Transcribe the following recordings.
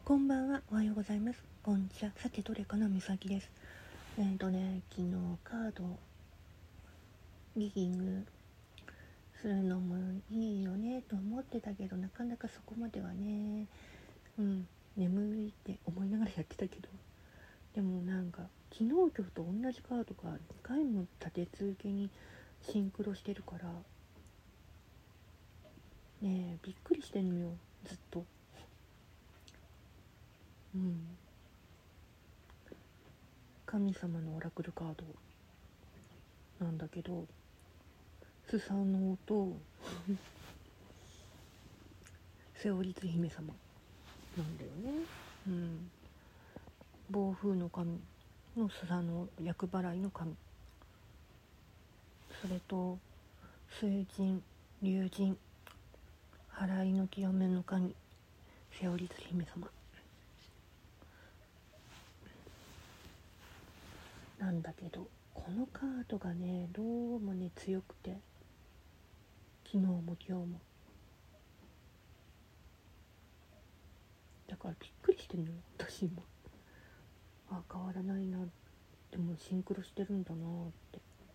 こんばんは、おはようございます。こんにちは。さてどれかな、みさきです。昨日カードリーディングするのもいいよねと思ってたけど、なかなかそこまではね、眠いって思いながらやってたけど、でもなんか昨日今日と同じカードが2回も立て続けにシンクロしてるからね、びっくりしてんのよ、ずっと。神様のオラクルカードなんだけど、スサノオとセオリズ姫様なんだよね。暴風の神のスサノオ、厄払いの神、それと水神、龍神、払いの清めの神、セオリズ姫様なんだけど、このカードがね、どうもね強くて、昨日も今日もだからびっくりしてんのよ、私今。変わらないな、でもシンクロしてるんだなって。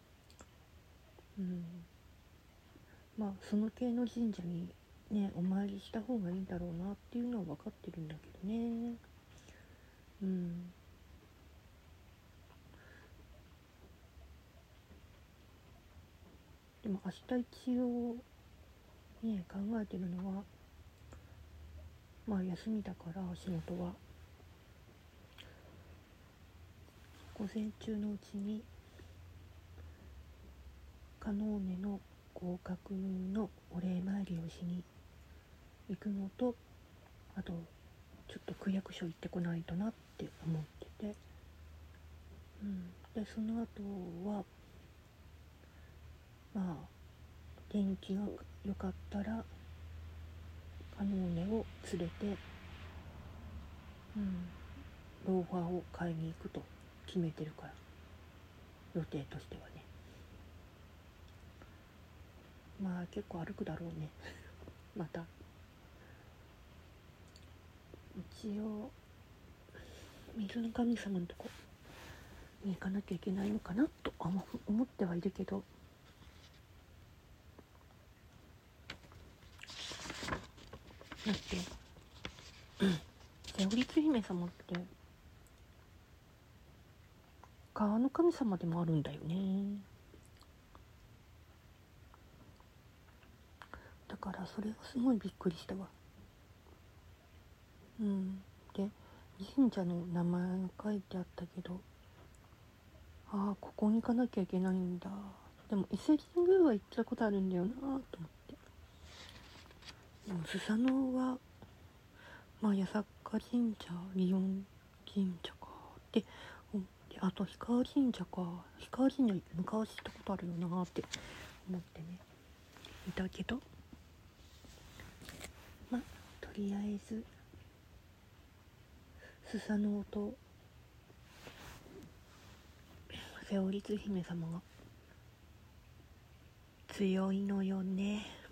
その系の神社にねお参りした方がいいんだろうなっていうのは分かってるんだけどね。でも明日一応ね考えてるのは、休みだから仕事は午前中のうちにカノーネの合格のお礼参りをしに行くのと、あとちょっと区役所行ってこないとなって思ってて、でその後は天気が良かったらカノーネを連れて、ローファーを買いに行くと決めてるから、予定としてはね。結構歩くだろうねまた一応水の神様のとこに行かなきゃいけないのかなと思ってはいるけど、だってセオリズ姫様って川の神様でもあるんだよね。だからそれはすごいびっくりしたわ。で神社の名前が書いてあったけど、ここに行かなきゃいけないんだ。でも伊勢神宮は行ったことあるんだよなと思って。でもスサノオは八坂神社、祇園神社かで、あと氷川神社か。氷川神社昔行ったことあるよなって思ってねいたけど、とりあえずスサノオとセオリズ姫様が強いのよね。